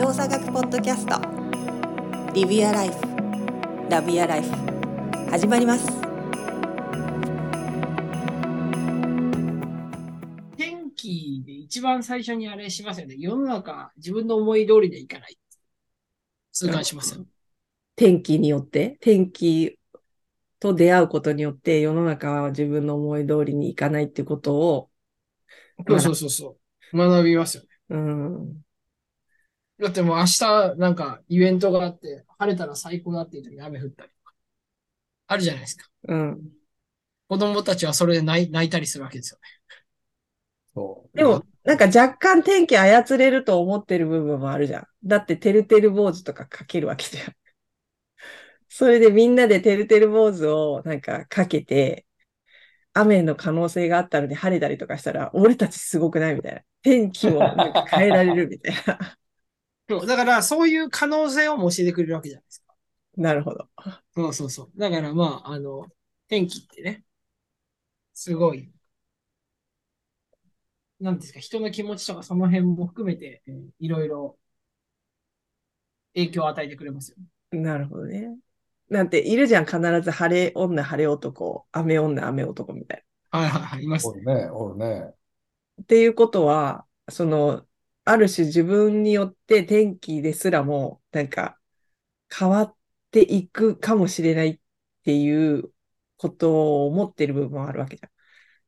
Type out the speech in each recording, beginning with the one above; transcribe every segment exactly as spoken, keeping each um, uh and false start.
動作学ポッドキャスト Live Your Life Love Your Life 始まります。 天気で一番最初にあれしますよね。世の中自分の思い通りでいかない。痛感しますよ。 天気によって、天気と出会うことによって世の中は自分の思い通りにいかないってことをそう学そうそうそう。学びますよね。 ぶ。うん。 だってもう明日なんかイベントがあって晴れたら最高だっていう時に雨降ったりとかあるじゃないですか。 うん。 子供たちはそれで泣い泣いたりするわけですよね。 そう。 でも、なんか若干天気操れると思ってる部分もあるじゃん。だって、てるてる坊主とかかけるわけじゃん。それでみんなでてるてる坊主をなんかかけて、雨の可能性があったのに晴れたりとかしたら、俺たちすごくないみたいな。天気もなんか変えられるみたいな。 そうだからそういう可能性をも教えてくれるわけじゃないですか。 なるほど。 そうそうそう。だからまあ、あの、天気ってね、すごい、なんですか、人の気持ちとかその辺も含めて、えーいろいろ影響を与えてくれますよね。 なるほどね。なんているじゃん、必ず晴れ女、晴れ男、雨女、雨男みたいはいはいはい、いますね。 おるね、おるね。 な。っていうことは、その、ある種自分によって天気ですらも、なんか変わっていくかもしれないっていうことを思ってる部分もあるわけじゃん。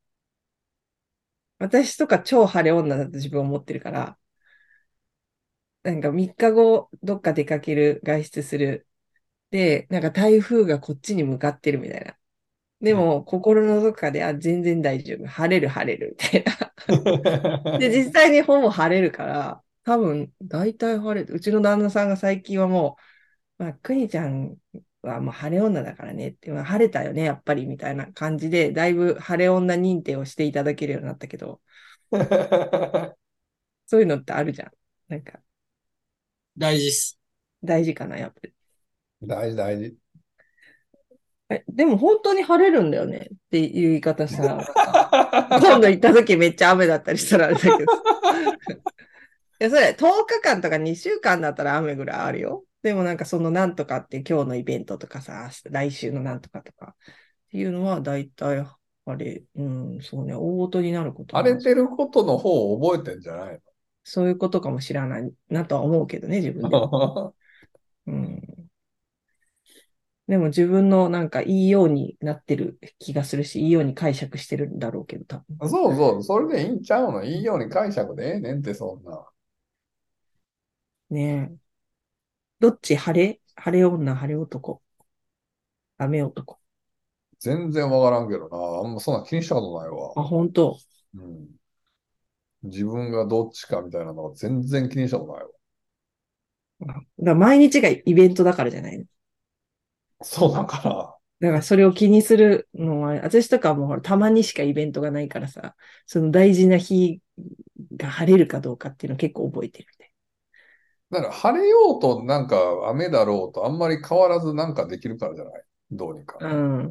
私とか超晴れ女だと自分は思ってるから、なんかみっかごどっか出かける、外出する。で、なんか台風がこっちに向かってるみたいな。でも、心のどこかで、あ、全然大丈夫。晴れる、晴れる、みたいな。で、実際にほぼ晴れるから、多分、大体晴れる。うちの旦那さんが最近はもう、まあ、くにちゃんはもう晴れ女だからねって、まあ、晴れたよね、やっぱり、みたいな感じで、だいぶ晴れ女認定をしていただけるようになったけど、そういうのってあるじゃん。なんか、 大事です。 大事かな、やっぱり。 大事大事。 え、でも本当に晴れるんだよねっていう言い方したら、なんか、今度行った時めっちゃ雨だったりしたらあれだけど。いや、それ、とおかかんとかにしゅうかんだったら雨ぐらいあるよ。でもなんかそのなんとかって今日のイベントとかさ、来週のなんとかとかっていうのは大体晴れ、うん、そうね、大事になることもある。 荒れてることの方を覚えてんじゃないそういうことかもしれないなとは思うけどね、自分でも。 の？ うん。でも自分のなんかいいようになってる気がするし、いいように解釈してるんだろうけど、多分。 そうそう、それでいいんちゃうの？いいように解釈でええねんって、そんな。 ねえ。どっち晴れ晴れ女、晴れ男、雨男。 全然わからんけどな。あんまそんな気にしたことないわ。 あ、本当。 うん。自分がどっちかみたいなのは全然気にしたことないわ。 だから毎日がイベントだからじゃないの。 そうだかだからそれを気にするのは、私とかはもうほらたまにしかイベントがないからさ、その大事な日が晴れるかどうかっていうのを結構覚えてるみたい。 ら。だから晴れようとなんか雨だろうとあんまり変わらずなんかできるからじゃない？どうにか。 うん。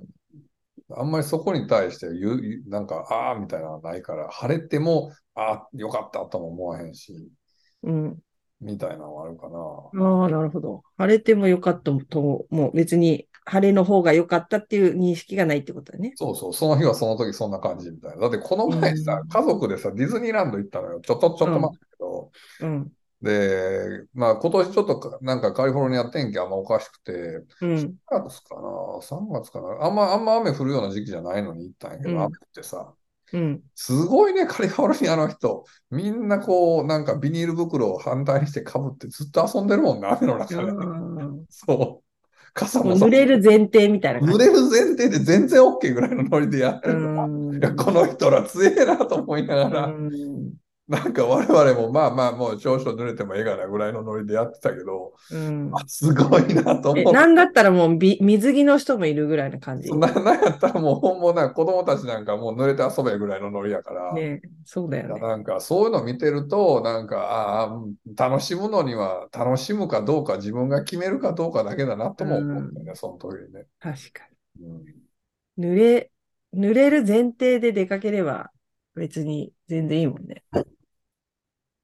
あんまりそこに対して言う、言うなんか、ああ、みたいなのはないから、晴れても、ああ、よかったとも思わへんし、 うん。 みたいなのはあるかな。 ああ、なるほど。晴れてもよかったと、もう別に晴れの方が良かったっていう認識がないってことだね。 そうそう、その日はその時そんな感じみたいな。だってこのう前さ、 ん。 家族でさ、ディズニーランド行ったのよ。ちょっと、ちょっと待うん。 ったけど。 うん。 で、まあ今年ちょっとかなんかカリフォルニア天気あんまおかしくて、4 うん。 月かな、さんがつかな、あんま、あんま雨降るような時期じゃないのに行ったんやけど、雨降うん。 ってさ、 うん。 すごいね、カリフォルニアの人。みんなこう、なんかビニール袋を反対にしてかぶってずっと遊んでるもんね、雨のあ中で。 あ。 そう。傘もうもさ、 濡れる前提みたいな感じ。 濡れる前提で全然 OK ぐらいのノリでやっうーてるから。いや、こん。 の人ら強えなと思いながうーら、 ん。 なんか我々もまあまあもう少々濡れてもええかなぐらいのノリでやってたけど、 うあ、 ん。 すごいなとえ、 思って。 なんだったらもうび水着の人もいるぐらいな感じ。 そんな、なんやったらもうほんまなんか子供たちなんかもう濡れて遊べぐらいのノリやから、 ねえ、そうだよいや、 ね。 なんかそういうの見てると、なんか、ああ、楽しむのには楽しむかどうか自分が決めるかどうかだけだなとうも思ったよん。 ね、その時にね。 確かうん、 に。濡れ、濡れる前提で出かければ別に全然いいもんね。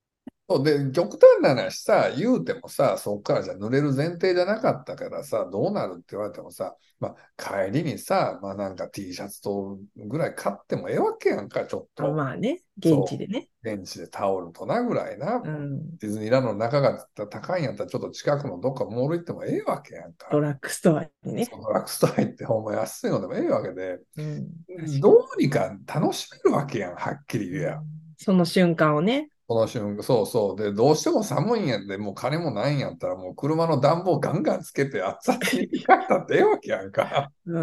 そうで、極端な話さ、言うてもさ、そっからじゃ濡れる前提じゃなかったからさ、どうなるって言われてもさ、まあ、帰りにさ、まあなんか T シャツとぐらい買ってもええわけやんか、ちょっあ、 と。 まあね、現地そでね。 う。現地でタオルとなぐらいな。 うん。 ディズニーランドの中が高いんやったら、ちょっと近くのどっかモール行ってもええわけやんか。 ドラッグストアにね。 そのラクストア行ってほんま安いのでもええわけで、 うん。確かどうにか楽しめるわけやん、はっきりに。 言えや。 うん、その瞬間をね。 この瞬間、そうそう。で、どうしても寒いんやで、もう金もないんやったら、もう車の暖房ガンガンつけて熱々に帰ったってええわけやんか。 うん。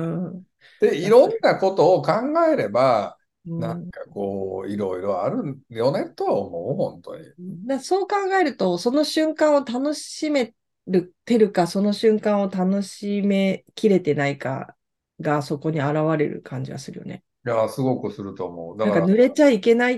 で、い確かろんなことを考えれば、 に。うん。 なんかこう、いろいろあるよねとは思う、本当に。 だそう考えると、その瞬間を楽しめるてるか、その瞬間を楽しめきれてないかがそこに現れる感じはするよね。 いや、すごくすると思う。だから、 なんか濡れちゃいけないって、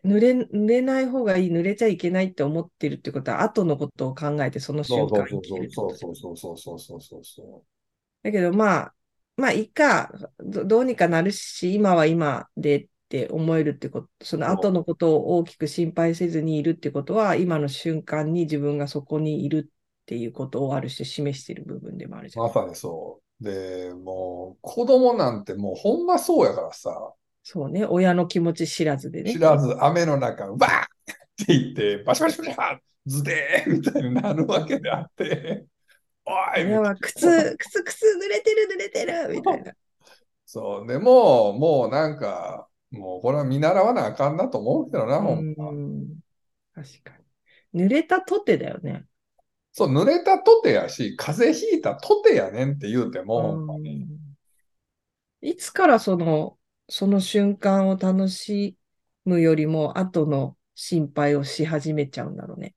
濡れ、濡れない方がいい、濡れちゃいけないって思ってるってことは、後のことを考えてそのそう瞬間生きてそうそうそう、 るってことじゃん。 そうそうそうそうそうそうそうそだけどまあ、まあいいか、ど、どうにかなるし、今は今でって思えるってこと、その後う。 のことを大きく心配せずにいるってことは、今の瞬間に自分がそこにいるっていうことをある種示している部分でもあるじゃん。 まさにそう。で、もう、子供なんてもうほんまそうやからさ、 そうね、親の気持ち知らずでね。 知らず雨の中、バーって言って、バシバシバシバシズデーみたいになるわけであって、おいみたい親はな。 靴、靴、靴、濡れてる、濡れてるみたいな。 そう。でもう、もうなんか、もうこれは見習わなあかんなと思うけどな、 うほんま。 ん、確かに。濡れたとてだよね。 そう、濡れたとてやし、風邪ひいたとてやねんって言うてうも、ほんまに。 ん。いつからその、その瞬間を楽しむよりも、後の心配をし始めちゃうんだろうね。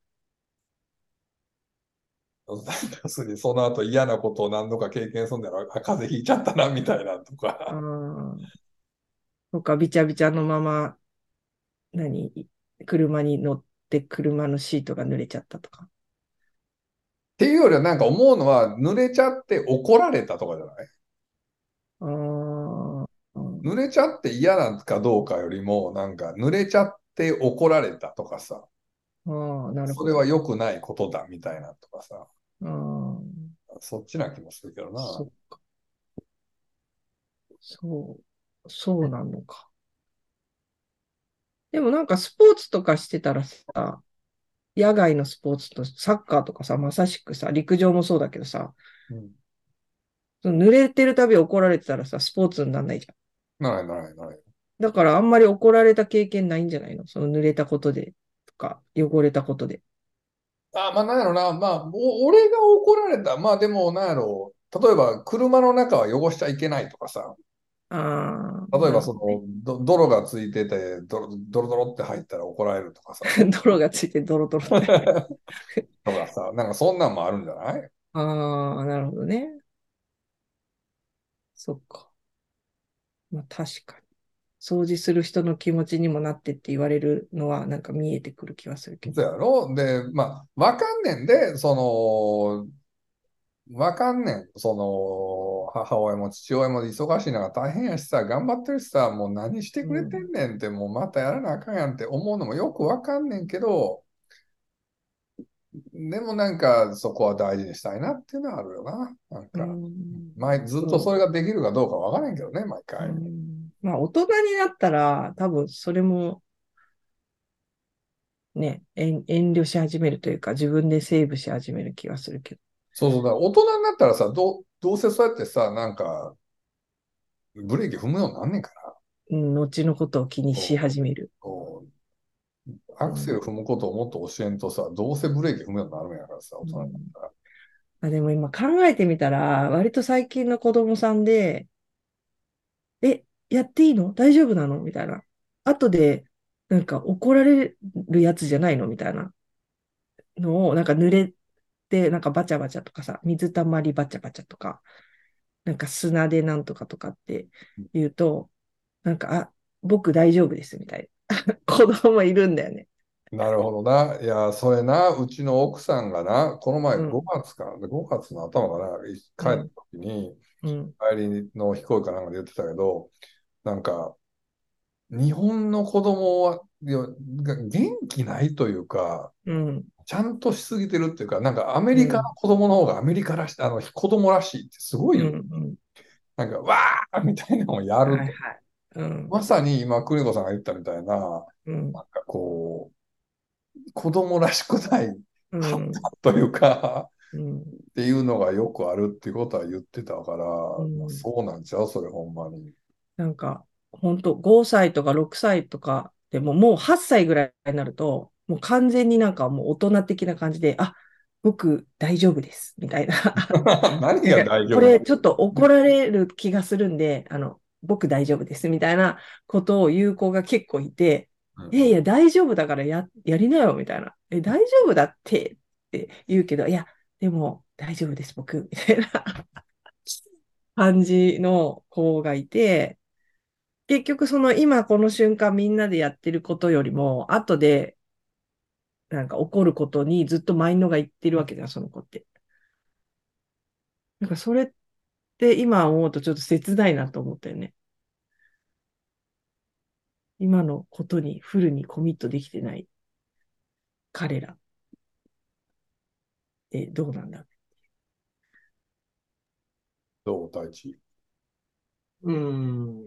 なんかすにその後嫌なことを何度か経験するんだら、あ風邪ひいちゃったな、みたいなとあか。 あ、とか、びちゃびちゃのまま、何、車に乗って車のシートが濡れちゃったとか。 っていうよりはなんか思うのは、濡れちゃって怒られたとかじゃない？ ああ、 濡れちゃって嫌なのかどうかよりも、なんか濡れちゃって怒られたとかさ、 ああ、なるそれはほど。 良くないことだみたいなとかさ、 ああ、 そっちな気もするけどな。 そっか。そう、そうなのか。でもなんかスポーツとかしてたらさ、野外のスポーツとサッカーとかさ、まさしくさ、陸上もそうだけどさ、 うん。 その濡れてるたび怒られてたらさ、スポーツにならないじゃん。 ならないならないならない。 だからあんまり怒られた経験ないんじゃないの、その濡れたことでとか、汚れたことで。 あ、まあなんやろな。まあ、お俺が怒られた。まあでもなんやろ。例えば車の中は汚しちゃいけないとかさ。 ああ、 例えばそなるほどね。 のど泥がついててドロドロドロって入ったら怒られるとかさ。 泥がついてドロドロって。 とかさ。なんかそんなんもあるんじゃない？ ああ、なるほどね。そっか。まあ確かに。掃除する人の気持ちにもなってって言われるのはなんか見えてくる気はするけど。 そうやろ。で、まあ、わかんねんで、その、わかんねん。その、母親も父親も忙しい中大変やしさ、頑張ってるしさ、もう何してくれてうん。 んねんって、もうまたやらなあかんやんって思うのもよくわかんねんけど、でもなんかそこは大事にしたいなっていうのはあるよな。なんうか、 ん。 毎、ずっとそそれができるかどうかわからんけどね、毎う。う回。 ん。まあ大人になったら多分それもね、遠遠慮し始めるというか自分でセーブし始める気がするけど。 そうそう、だから大人になったらさ、どう、どうせそうやってさ、なんか、ブレーキ踏むようになんねんから。 うん、後のことを気にし始める。 そうアクセルうん。 踏むことをもっと教えんとさ、どうせブレーキ踏むようになるんやからさ、大う人になっん、 たら。 あ、でも今考えてみたら、割と最近の子供さんで、え、やっていいの大丈夫なのみたいな。後で、なんか怒られるやつじゃないのみたいなのを、なんか濡れて、なんかバチャバチャとかさ、水たまりバチャバチャとか、なんか砂でなんとかとかって言うと、なんか、あ、僕大丈夫ですみたいな子供いるんだよね。 なるほどな。いや、それな、うちの奥さんがな、この前うん、 ごがつか、ごがつの頭かな、い帰ったうん、 時に、 うん、 帰りの飛行機かなんかで言ってたけど、なんか、 日本の子供は、いやが元気ないというか、 うん。 ちゃんとしすぎてるっていうか、なんかアメリカのうん。 子供の方がアメリカらしい、あの、子供らしいってすごいうん。 よ。 うん。 なんか、わーみたいなのをやると。 はいはい。うん。 まさに今、邦子さんが言ったみたいな、なんうん。 かこう、子供らしくないう発ん。 達というか、 うん。 っていうのがよくあるっていうことは言ってたから、 うん。 そうなんちゃうそれほんまに。 なんか、ほんとごさいとかろくさいとかでも、もうはっさいぐらいになると、もう完全になんかもう大人的な感じで、あ、僕大丈夫です。みたいな。 何なんか、 が大丈夫なこれちょっと怒られる気がするんで、あの、僕大丈夫です。みたいなことを言う子が結構いて、いやいの？ や、大丈夫だからや、やりなよ。みたいな。え、大丈夫だってって言うけど、いや、でも大丈夫です、僕。みたいな感じの子がいて、結局その今この瞬間みんなでやってることよりも、後でなんか起こることにずっとマインドがいってるわけじゃん、その子って。なんかそれって今思うとちょっと切ないなと思ったよね。今のことにフルにコミットできてない彼らってどうなんだ。 どう大地。 うん。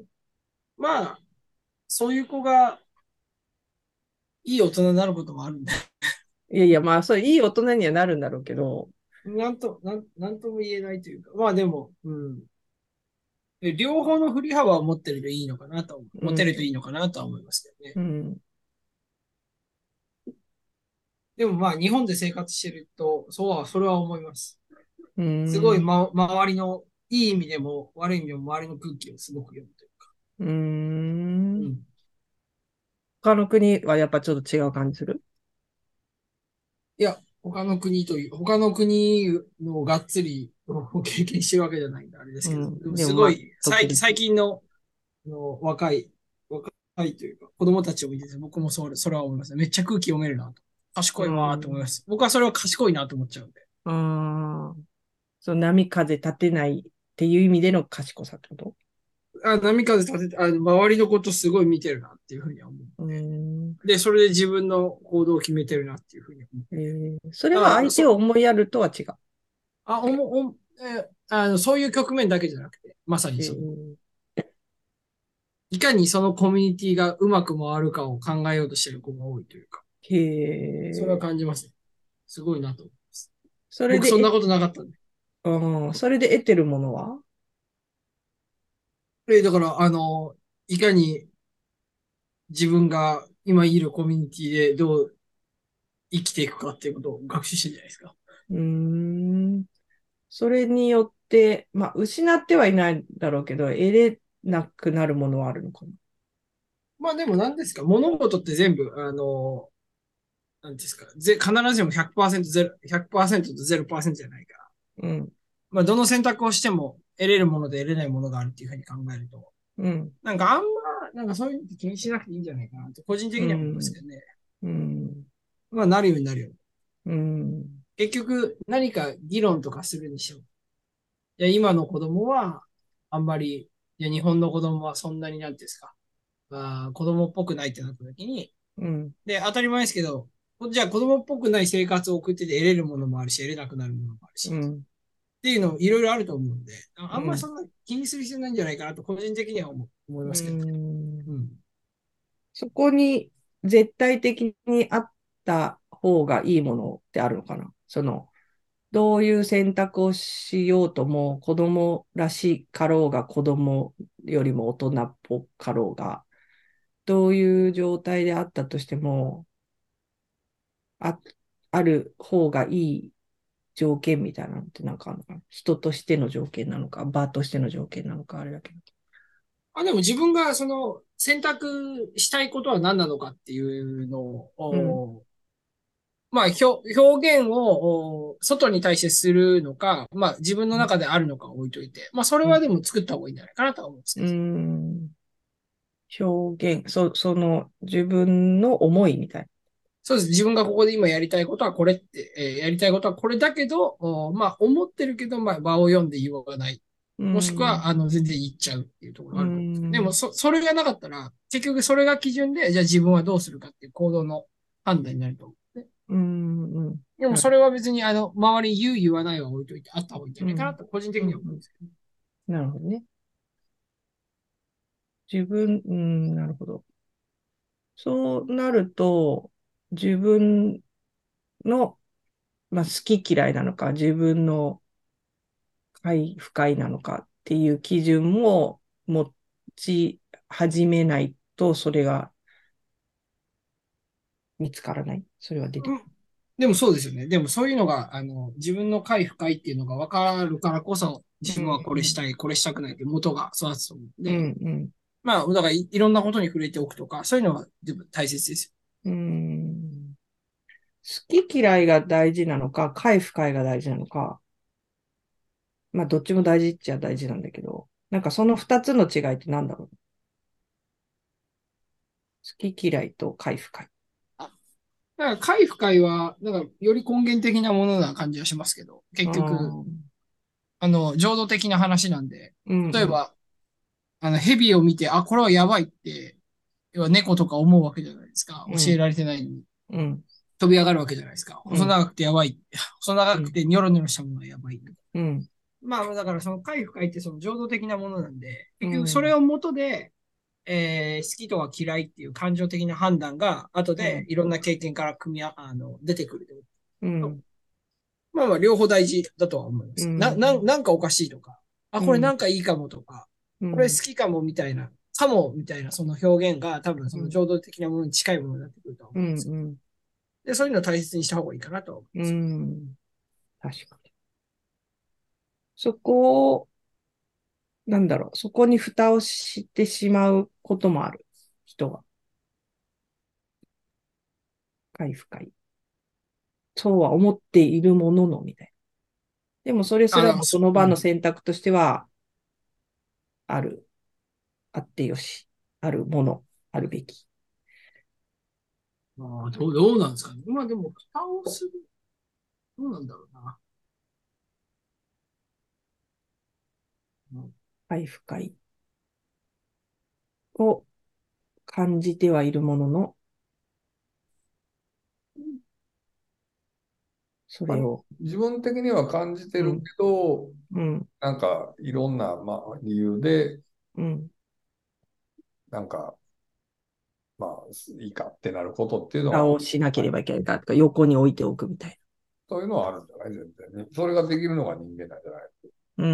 まあ、そういう子がいい大人になることもあるんで、 いやいや、まあ、そう、いい大人にはなるんだろうけど、 なんと、なん、なんとも言えないというか、まあでも、うん。で両方の振り幅を持ってるといいのかなと思う、持てるとうん、 いいのかなとは思いますけどね。 うん、 でもまあ、日本で生活してると、そうは、それは思います。 うすごい、 ん、 ま、周りの、いい意味でも悪い意味でも周りの空気をすごく読むというか。 うん。 うん。 他の国はやっぱちょっと違う感じする？ いや、他の国という、他の国のがっつりを経験してるわけじゃないんで、あれですけど、 うん。 でもでもまあ、 すごい、最近、 時々。 最近の、の若い、若いというか、子供たちを見てて、僕もそれ、それは思います。めっちゃ空気読めるなと。 う賢いわーと思いまん。 す。僕はそれは賢いなと思っちゃうんで。 ああ、そう、波風立てないっていう意味での賢さってこと？ あ、波風立てて、あの、周りのことすごい見てるなっていうふうには思う。 うーん。 で、それで自分の行動を決めてるなっていうふうに思う。 えー、それだから、 は相手をそ、 思いやるとは違う。 あ、おも、おも、えあの、そういう局面だけじゃなくて、まさにえその、 ー、 いかにそのコミュニティがうまく回るかを考えようとしてる子が多いというか、 へそれはえ。 感じますね。すごいなと思います。 それで、 僕そんなことなかったんで。 え、うん、それで得てるものは？ え、だから、あの、いかに自分が今いるコミュニティでどう生きていくかっていうことを学習してるんじゃないですか。 うーん。それによって、まあ、失ってはいないだろうけど、得れなくなるものはあるのかな。 まあでも何ですか、物事って全部、あの、なんですか、ぜ、必ずしもひゃくパーセント、ゼロ、ひゃくパーセントとゼロパーセントじゃないから。 うん、 まあどの選択をしても得れるもので得れないものがあるっていうふうに考えると、 うん、 なんかあんま、なんかそういうのって気にしなくていいんじゃないかなと、個人的うには思いますん、 けどね。 うん、 まあなるようになるよ。 うん、 結局何か議論とかするにしよう。いや、今の子供はあんまり、いや、日本の子供はそんなになんていうんですか、あー子供っぽくないってなった時に、 うん、 で、当たり前ですけど、じゃあ子供っぽくない生活を送ってて得れるものもあるし、得れなくなるものもあるし、っうん、 ていうのいろいろあると思うんで、あうん、 んまりそんな気にする必要ないんじゃないかなと個人的には思思いうますけどね。うん。 ん。 そこに絶対的にあった方がいいものってあるのかな。その、どういう選択をしようとも、子供らしかろうが、子供よりも大人っぽかろうが、どういう状態であったとしても、あ、ある方がいい条件みたいなのってなんかあるのかな。人としての条件なのか、場としての条件なのか、あれだけど。 あ、でも自分がその選択したいことは何なのかっていうのうん、 を、まあ、表、表現をお外に対してするのか、まあ自分の中であるのか置いといて、まあそれうん、 はでも作った方がいいんじゃないかなとは思うんですけうど。 ん、表現、そ、その自分の思いみたいそうです。自分がここで今やりたいことはこれって、えーやりたいことはこれだけど、おまあ思ってるけど、まあ場を読んで言わない。 もしくは、あの、全然言っちゃうっていうところがあると思うんですよ。でも、 うそ、それがなかったら、結局それが基準で、じゃあ自分はどうするかっていう行動の判断になると思う。でん、うん、 でも、それは別に、あの、周りに言う言わないは置いといて、あった方がいいんじゃないかなと、個人的うん、 には思うんですけど。 なるほどね。自分、うん、なるほど。そうなると、自分の、まあ、好き嫌いなのか、自分の快不快なのかっていう基準も持ち始めないと、それが見つからない。それは出てくる。 でもそうですよね。でもそういうのが、あの、自分の快不快っていうのが分かるからこそ、自分はこれしたい、これしたくないっていう元が育つと思うんうん、 で、 うん、 まあ、だからい、いろんなことに触れておくとか、そういうのは自分大切ですうん。好き嫌いが大事なのか、快不快が大事なのか、まあ、どっちも大事っちゃ大事なんだけど、なんかその二つの違いって何だろう。好き嫌いと快不快。 よ。だから快不快は、なんか、より根源的なものな感じはしますけど、 あ結局、 ーあの、浄土的な話なんで、 うん、うん、 例えば、あの、蛇を見て、あ、これはやばいって、要は猫とか思うわけじゃないですか。 うん、 教えられてないのに。 うん、 飛び上がるわけじゃないですか。 うん、 細長くてやばい。細うん、 長くてニョロニョロしたものはやばい。 うん、 まあ、だからその快不快ってその浄土的なものなんで、 う結局それん、 をもとで、えー好きとか嫌いっていう感情的な判断が、後うん、 でいろんな経験から組みあ、あの、出てくるってことうん、 まあまあ、両方大事だとは思いまうす。な、な、 ん、 なんかおかしいとか、あ、これなんかいいかもとか、これ好きかもみたいな、かもみたいなその表現が多分その浄土的なものに近いものになってくるとは思うん、 うんですよ。 うん、 で、そういうのを大切にした方がいいかなとは思いうます。 ん、確かに。そこを、なんだろう、そこに蓋をしてしまうこともある。人は。快不快。そうは思っているものの、みたいな。でもそれすあの、 らもその場のうん。 選択としては、ある。あってよし。あるもの。あるべき。 ああ、どう、どうなんですかね。まあでも、蓋をする、どうなんだろうな。うん快不快を感じてはいるものの、そまあれを、 自分的には感じてるけうん、 ど、 うん、 なんかいろんな、まあ、理由で、 うん、 なんか、まあ、いいかってなることっていうの蓋は、 をしなけはい、 ればいけないかとか、横に置いておくみたいそういうのはあるんじゃない全然ね。それができるのが人間なんじゃないな。うん。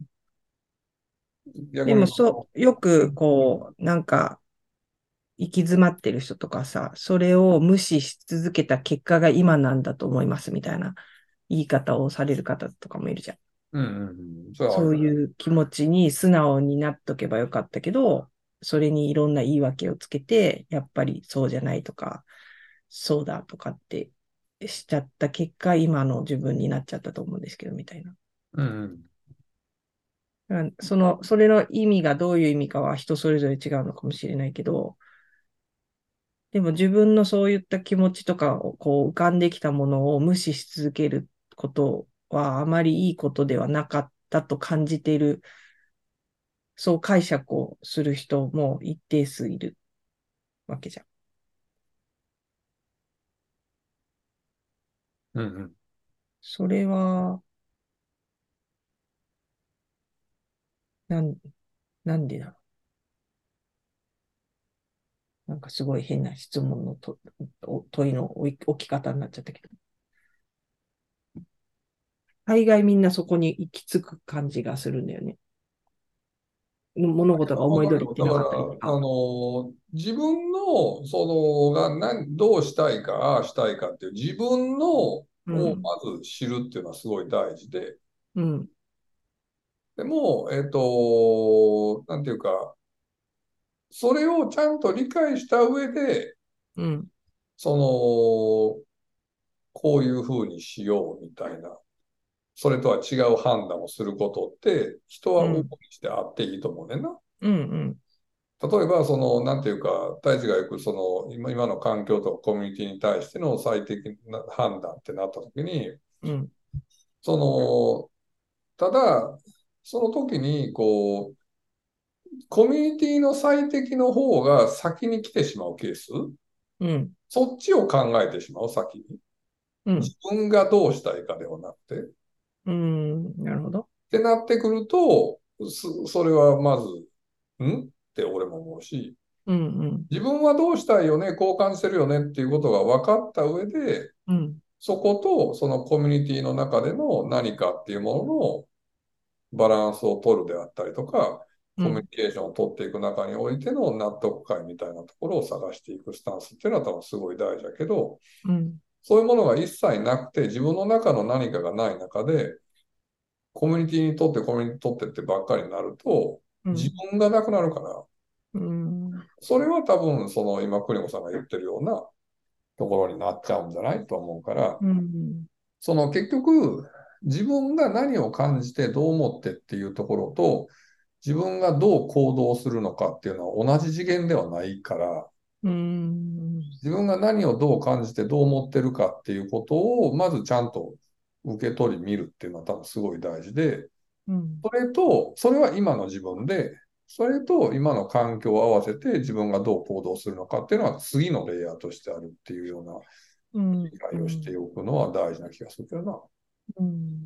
で逆に、 もそう、よく、こう、なんか、行き詰まってる人とかさ、それを無視し続けた結果が今なんだと思いますみたいな言い方をされる方とかもいるじゃん。 うんうんうん、それはあるそうと思いう気持ちに素直になっとけばよかったけど、それにいろんな言い訳をつけて、やっぱりそうじゃないとか、そうだとかってしちゃった結果、今の自分になっちゃったと思うんですけど、みたいな。 う。うんうん。 うんその、それの意味がどういう意味かは人それぞれ違うのかもしれないけど、でも自分のそういった気持ちとかをこう浮かんできたものを無視し続けることはあまりいいことではなかったと感じている、そう解釈をする人も一定数いるわけじゃん。 うんうん。 それは、なん、なんでだろう。なんかすごい変な質問のと問いの置き方になっちゃったけど。大概みんなそこに行き着く感じがするんだよね。物事が思い通りいっわかるよ。だかてなかったりとら、あか。 の、自分の、その、が何、どうしたいか、ああしたいかっていう、自分のをうん、 まず知るっていうのはすごい大事で、 うん、 でも、えっと、なんていうか、それをちゃんと理解した上で、 うん、 その、こういうふうにしようみたいな、それとは違う判断をすることって、人は往々にうん、 してあっていいと思うねんな。 うん、うん、 例えば、その、なんていうか、大地がよく、その、今、今の環境とかコミュニティに対しての最適な判断ってなったときに、 うん、 その、ただ、 その時に、こう、コミュニティの最適の方が先に来てしまうケース、 うん。 そっちを考えてしまう、先に。 うん。 自分がどうしたいかではなくて。っうん。なるほど。 てなってくると、そそれはまず、んって俺も思うし、 うんうん。 自分はどうしたいよね、こう感じてるよねっていうことが分かった上で、 うん。 そことそのコミュニティの中での何かっていうもののバランスを取るであったりとか、コミュニうん。 ケーションを取っていく中においての納得感みたいなところを探していくスタンスっていうのは多分すごい大事だけど、 うん。 そういうものが一切なくて自分の中の何かがない中で、コミュニティにとってコミュニティにとってってばっかりになると、自うん分がなくなるから、 うん。 それは多分その今邦子さんが言ってるようなところになっちゃうんじゃないと思うから、 うん。 その結局自分が何を感じてどう思ってっていうところと、自分がどう行動するのかっていうのは同じ次元ではないから、 うん。 自分が何をどう感じてどう思ってるかっていうことをまずちゃんと受け取り見るっていうのは多分すごい大事で、 うん。 それと、それは今の自分で、それと今の環境を合わせて自分がどう行動するのかっていうのは次のレイヤーとしてあるっていうようなうん理解をしておくのは大事な気がするけどな。 うん。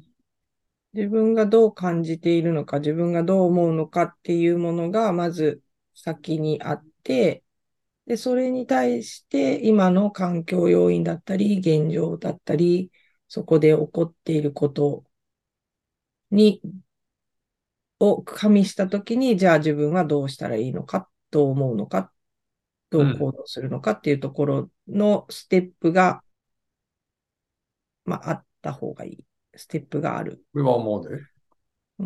自分がどう感じているのか、自分がどう思うのかっていうものが、まず先にあって、で、それに対して今の環境要因だったり、現状だったり、そこで起こっていることに、を加味したときに、じゃあ自分はどうしたらいいのか、どう思うのか、どううん。 行動するのかっていうところのステップが、まあ、あった方がいい。ステップがある。 これは思うで。 うん。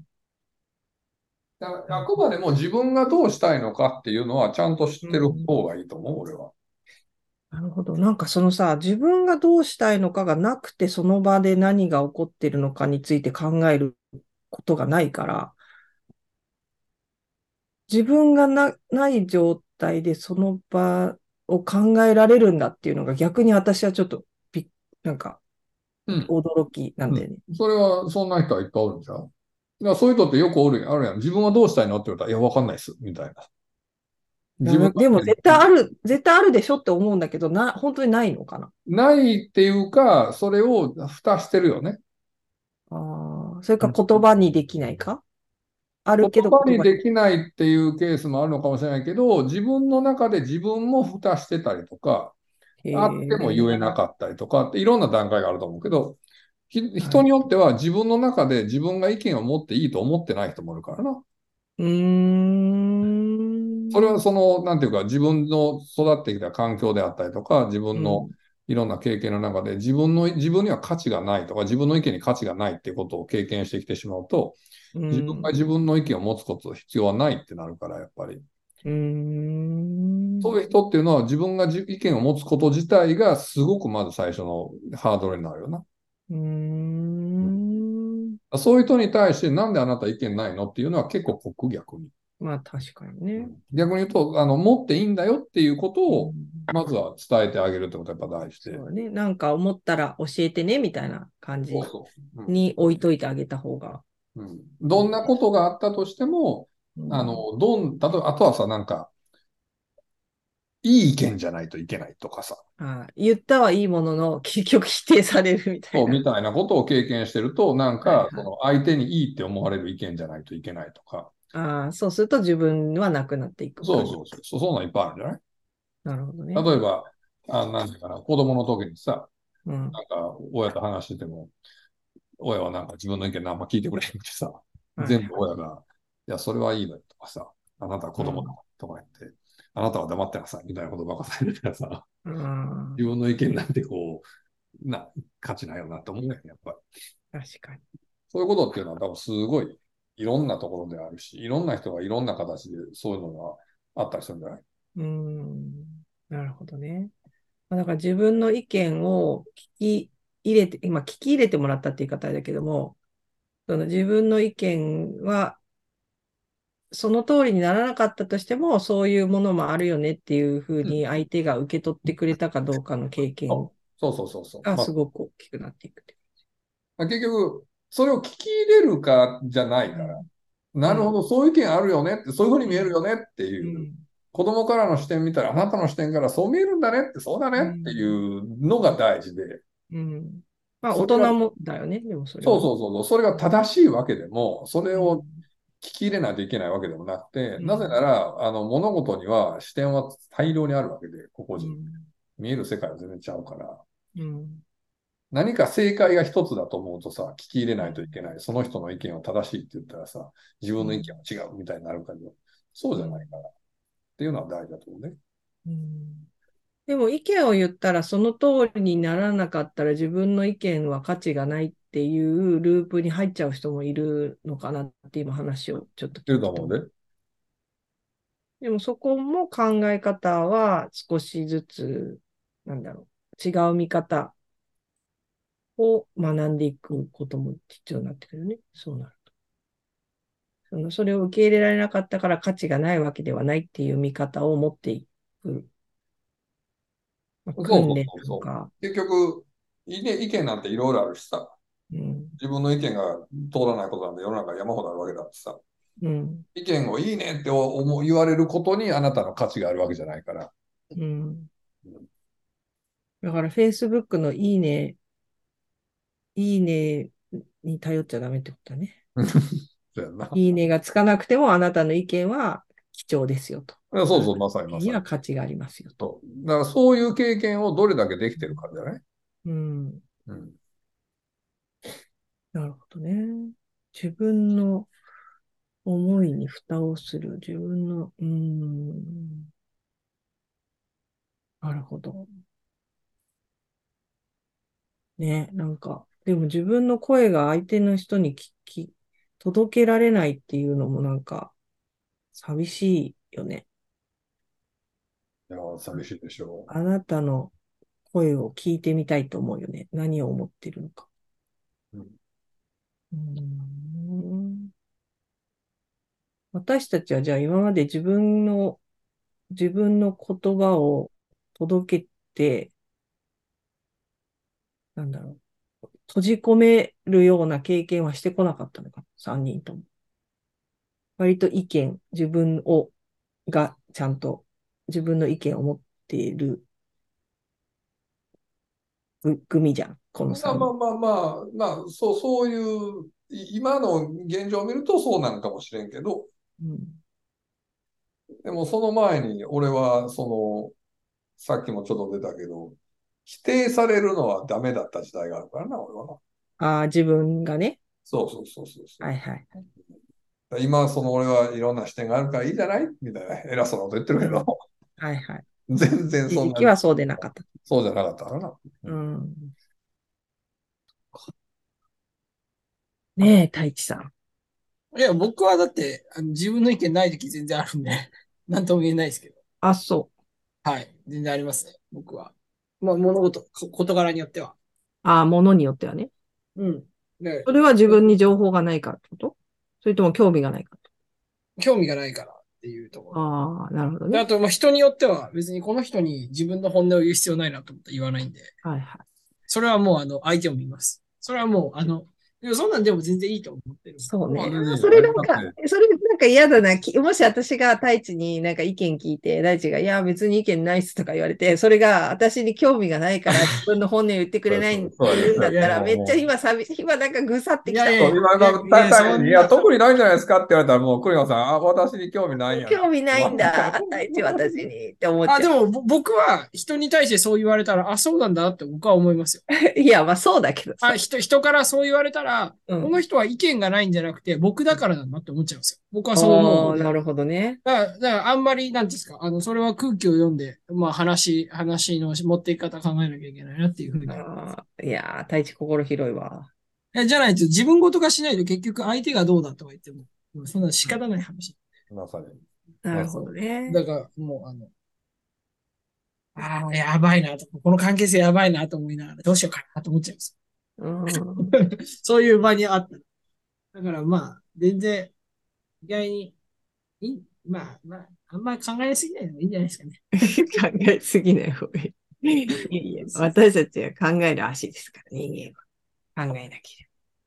だからあくまでも自分がどうしたいのかっていうのはちゃんと知ってるうん。 方がいいと思う、俺は。 なるほど。なんかそのさ、自分がどうしたいのかがなくて、その場で何が起こってるのかについて考えることがないから、自分がな、ない状態でその場を考えられるんだっていうのが逆に私はちょっとび、なんかうん。 驚きなんうん。 だよね。 それは、そんな人はいっぱいおるんじゃん。だからそういう人ってよくおるやん、あるやん。自分はどうしたいのって言われたら、いや、わかんないっす。みたいな。自分なでも絶対ある、絶対あるでしょって思うんだけど、な、本当にないのかな。 ないっていうか、それを蓋してるよね。 ああ、それかうん。 言葉にできないかある言けど言葉葉にできないっていうケースもあるのかもしれないけど、自分の中で自分も蓋してたりとか、 に。 あっても言えなへえ。 かったりとかっていろんな段階があると思うけど、ひはい。 人によっては自分の中で自分が意見を持っていいと思ってない人もいるからな。 うーん。 それはその、なんていうか、自分の育ってきた環境であったりとか、自分のうん。 いろんな経験の中で自分の、自分には価値がないとか、自分の意見に価値がないっていうことを経験してきてしまうと、 う自分がん。 自分の意見を持つこと必要はないってなるから、やっぱり。 うーん。 そういう人っていうのは自分がじ意見を持つこと自体がすごくまず最初のハードルになるよな。 うーん。 そういう人に対してなんであなた意見ないのっていうのは結構酷逆に。 まあ確かにね。 逆に言うと、あの、持っていいんだよっていうことを、 うん。 まずは伝えてあげるってことはやっぱ大事で。 そうだね。なんか思ったら教えてね、みたいな感じそうそう。うん。 に置いといてあげた方がうん。 いいよね。 どんなことがあったとしても、あうん。 の、どん、例えば、あとはさ、なんか、いい意見じゃないといけないとかさ、 ああ、言ったはいいものの、結局否定されるみたいそう、 な。 みたいなことを経験してると、なんか、そはいはい。 の相手にいいって思われる意見じゃないといけないとか、 ああ、そうすると自分はなくなっていく感じ。 そうそうそう、そう、そんなんいっぱいあるんじゃない？ なるほどね。 例えば、あ、なんていうかな、子供の時にさ、 うん。 なんか、親と話してても、親はなんか自分の意見あんま聞いてくれへんくてさ、全部はいはい。 親が、いや、それはいいのよとかさ、あなたは子供だうん。 とか言って、あなたは黙ってなさいみたいなことばっかされてたらさ、 うん。 自分の意見なんてこう、な、価値ないよなって思うねやっぱり。 確かに。 そういうことっていうのは多分すごいいろんなところであるし、いろんな人がいろんな形でそういうのがあったりするんじゃない？ うん。なるほどね。まあだから自分の意見を聞き入れて、今聞き入れてもらったって言い方だけども、その自分の意見はその通りにならなかったとしても、そういうものもあるよねっていうふううん。 に相手が受け取ってくれたかどうかの経験そうそうそうそうそう。まがすごく大きくなっていくって。 あ、結局、 それを聞き入れるかじゃないかうら、なるほど、そういう意見あるよねって、そういうふうに見えるよねっていう、 ん。 子供からの視点見たら、あなたの視点からそう見えるんだねって、そうだねっていうのが大事で、 うん。まあ、 それが、 大人もだよね、でもそれそうは。 そうそうそう、それが正しいわけでも、それうをん。 聞き入れないといけないわけでもなくて、 うんなぜなら、あの、物事には視点は大量にあるわけで、個々人。 うん見える世界は全然ちゃうから、 うん何か正解が一つだと思うとさ、聞き入れないといけない。その人の意見を正しいって言ったらさ、自分の意見は違うみたいになるけど、そうじゃないからっていうのは大事だと思うね。 うんでも意見を言ったらその通りにならなかったら自分の意見は価値がないっていうループに入っちゃう人もいるのかなって今話をちょっといる聞いてても。 と思うね。 でもそこも考え方は少しずつ、なんだろう、違う見方を学んでいくことも必要になってくるね。そうなると。その、それを受け入れられなかったから価値がないわけではないっていう見方を持っていく。まあそうそう訓練そうそう。 とか、 結局、意見意見なんていろいろあるしさ、 うん、 自分の意見が通らないことなんて世の中山ほどあるわけだってさ、 うん、 意見をいいねって思う言われることにあなたの価値があるわけじゃないから。 うん。 うんだから Facebook のいいね、いいねに頼っちゃダメってことだね。 そうやんな。 いいねがつかなくてもあなたの意見は貴重ですよと。 そうそう、まさに意見にまさに。 は価値がありますよと。 そうだからそういう経験をどれだけできてるかじゃない。 うん。 うんなるほどね。自分の思いに蓋をする。自分の、うーん。なるほど。ね、なんか、でも自分の声が相手の人に聞き、届けられないっていうのもなんか、寂しいよね。 いや、寂しいでしょあなたの声を聞いてみたいと思うよね。何を思ってるのか。 う。うんうーん私たちはじゃあ今まで自分の、自分の言葉を届けて、なんだろう、閉じ込めるような経験はしてこなかったのか、さんにんとも。割と意見、自分を、がちゃんと自分の意見を持っているぐ組じゃん、このまあさんにん。 まあまあまあ、まあ、そう、そういう、い今の現状を見るとそうなんかもしれんけど、 うんでもその前に俺は、その、さっきもちょっと出たけど、否定されるのはダメだった時代があるからな、俺は。 ああ、自分がね。 そうそうそうそうそう。 はいはい。 今、その俺はいろんな視点があるからいいじゃないみたいな偉そうなこと言ってるけど、 はいはい。 全然一そんな、 時期はそうでなかった。 そうじゃなかったからな。 うん。ねえ、太一さん。 いや、僕はだって、あの自分の意見ない時全然あるんで、なんとも言えないですけど。 あ、そはい。全然ありますね、僕は。まあ、物事、こ事柄によっては。 う。ああ、ものによってはね。 うん。で、 それは自分に情報がないからってことそれとも興味がないか興味がないからっていうところ。 ああ、なるほどで、あね。 と、まあ、人によっては別にこの人に自分の本音を言う必要ないなと思って言わないんで、 はいはい。 それはもう、あの、相手を見ます。それはもう、あの、でもそんなんでも全然いいと思ってる。 そうね。 まあねそれなんかだっ、 それなんか嫌だな。きもし私が太一になんか意見聞いて、太一が、いや、別に意見ないっすとか言われて、それが私に興味がないから自分の本音を言ってくれないってそう言うんだったら、 いやめっちゃ今寂しい、今なんかぐさってきた。 いやいやそう今のいやいやそんな大体、いや、特にないんじゃないですかって言われたら、もう、栗野さん、あ、私に興味ないんやな。 興味ないんだ、太一私にって思っあ、 ちゃう。 でも、ぼ僕は人に対してそう言われたら、あ、そうなんだなって僕は思いますよ。 いや、まあそうだけどさ。 あ、人、人からそう言われたら、 うんこの人は意見がないんじゃなくて、僕だからなんだって思っちゃうんですよ。僕はそう思う。 ああ、なるほどね。 だから、だからあんまり、なんていうんですか、あの、それは空気を読んで、まあ話、話の持っていき方考えなきゃいけないなっていうふうに。 あーいやー、太一心広いわ。 えじゃないと、自分ごと化しないと結局相手がどうだとか言っても、もうそんな仕方ない話。 まさに。 なるほどね。 だから、もう、あの、ああ、やばいなと、この関係性やばいなと思いながら、どうしようかなと思っちゃうんですうん。 よ。そういう場にあった。だからまあ、全然、意外に、いいまあまあ、あんまり考えすぎないのがいいんじゃないですかね。 考えすぎない方がいい。いやいや、私たちは考える足ですから、人間は。考えなければ。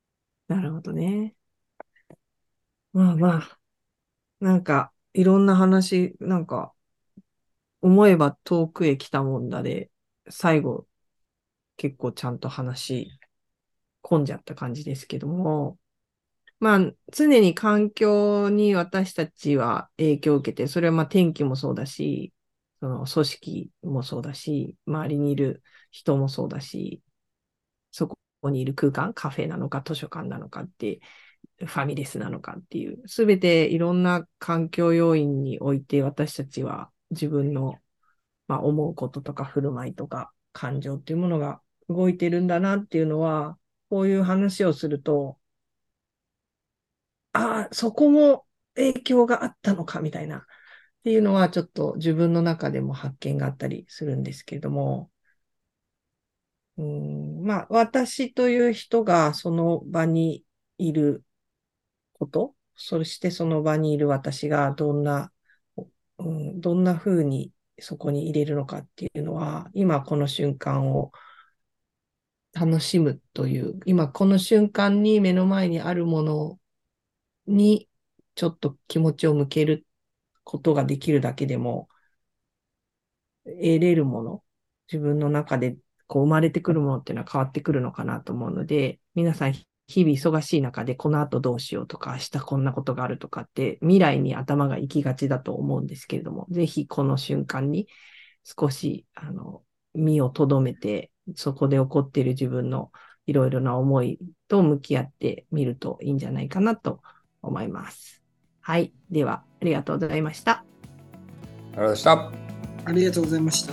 なるほどね。まあまあ、なんか、いろんな話、なんか、思えば遠くへ来たもんだで、最後、結構ちゃんと話し込んじゃった感じですけども、まあ、常に環境に私たちは影響を受けて、それはまあ天気もそうだし、その組織もそうだし、周りにいる人もそうだし、そこにいる空間、カフェなのか図書館なのかって、ファミレスなのかっていう、すべていろんな環境要因において私たちは自分の、まあ、思うこととか振る舞いとか感情っていうものが動いてるんだなっていうのは、こういう話をすると、ああ、そこも影響があったのかみたいなっていうのはちょっと自分の中でも発見があったりするんですけれども、うーん、まあ私という人がその場にいること、そしてその場にいる私がどんな、うん、どんな風にそこに入れるのかっていうのは、今この瞬間を楽しむという、今この瞬間に目の前にあるものにちょっと気持ちを向けることができるだけでも、得れるもの、自分の中でこう生まれてくるものっていうのは変わってくるのかなと思うので、皆さん日々忙しい中でこの後どうしようとか、明日こんなことがあるとかって未来に頭が行きがちだと思うんですけれども、ぜひこの瞬間に少しあの身を留めて、そこで起こっている自分のいろいろな思いと向き合ってみるといいんじゃないかなと思います。はい。では、ありがとうございました。 ありがとうございました。 ありがとうございました。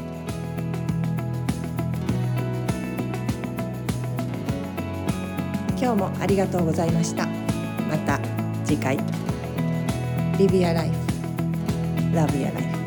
今日もありがとうございました。また次回。Live your life. Love your life.